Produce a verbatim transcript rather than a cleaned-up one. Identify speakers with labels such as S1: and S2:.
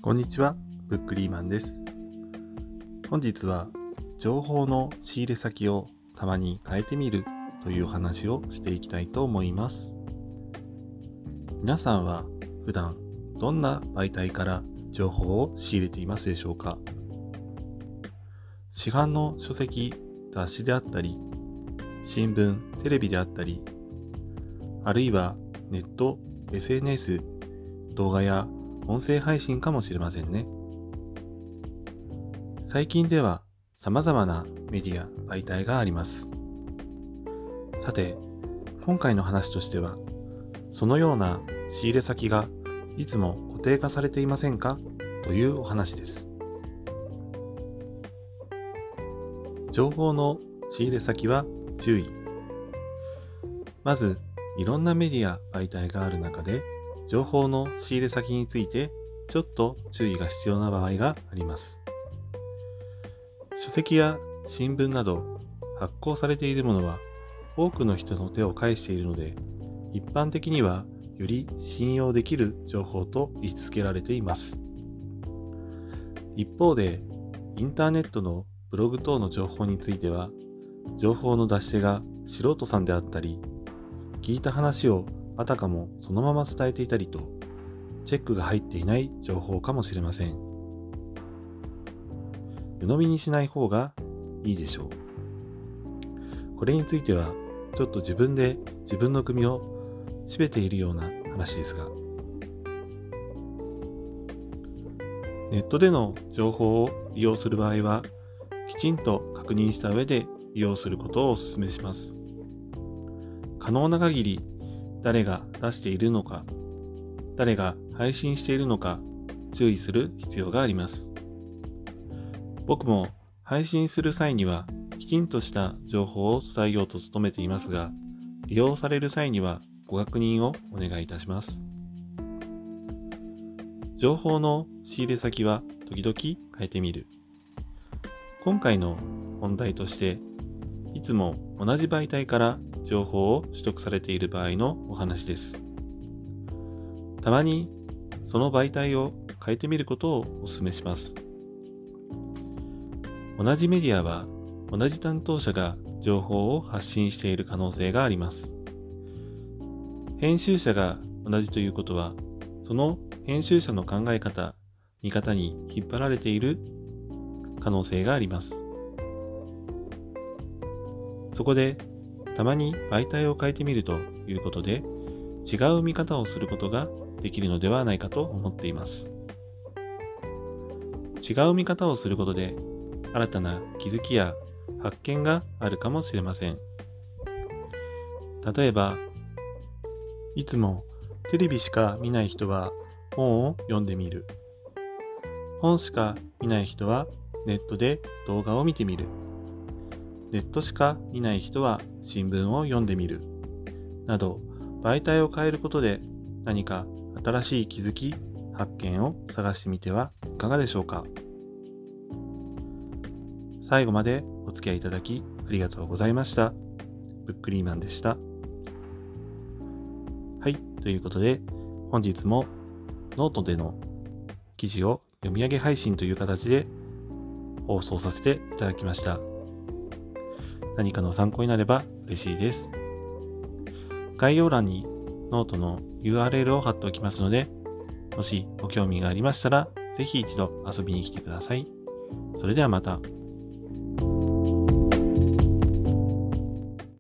S1: こんにちは、ブックリーマンです。本日は情報の仕入れ先をたまに変えてみるというお話をしていきたいと思います。皆さんは普段どんな媒体から情報を仕入れていますでしょうか？市販の書籍、雑誌であったり、新聞、テレビであったり、あるいはネット、エスエヌエス、動画や音声配信かもしれませんね。最近では様々なメディア、媒体があります。さて、今回の話としては、そのような仕入れ先がいつも固定化されていませんかというお話です。情報の仕入れ先は注意。まず、いろんなメディア、媒体がある中で、情報の仕入れ先についてちょっと注意が必要な場合があります。書籍や新聞など発行されているものは多くの人の手を介しているので、一般的にはより信用できる情報と位置づけられています。一方で、インターネットのブログ等の情報については、情報の出し手が素人さんであったり、聞いた話をあたかもそのまま伝えていたりと、チェックが入っていない情報かもしれません。鵜呑みにしない方がいいでしょう。これについては、ちょっと自分で自分の首を絞めているような話ですが、ネットでの情報を利用する場合は、きちんと確認した上で利用することをお勧めします。可能な限り、誰が出しているのか、誰が配信しているのか注意する必要があります。僕も配信する際にはきちんとした情報を伝えようと努めていますが、利用される際にはご確認をお願いいたします。情報の仕入れ先は時々変えてみる。今回の本題として、いつも同じ媒体から情報を取得されている場合のお話です。たまにその媒体を変えてみることをお勧めします。同じメディアは同じ担当者が情報を発信している可能性があります。編集者が同じということは、その編集者の考え方、見方に引っ張られている可能性があります。そこで、たまに媒体を変えてみるということで、違う見方をすることができるのではないかと思っています。違う見方をすることで、新たな気づきや発見があるかもしれません。例えば、いつもテレビしか見ない人は本を読んでみる。本しか見ない人はネットで動画を見てみる。ネットしか見ない人は新聞を読んでみる。など、媒体を変えることで何か新しい気づき、発見を探してみてはいかがでしょうか。最後までお付き合いいただきありがとうございました。ブックリーマンでした。はい、ということで本日もノートでの記事を読み上げ配信という形で放送させていただきました。何かの参考になれば嬉しいです。概要欄にノートの ユーアールエル を貼っておきますので、もしご興味がありましたら、ぜひ一度遊びに来てください。それではまた。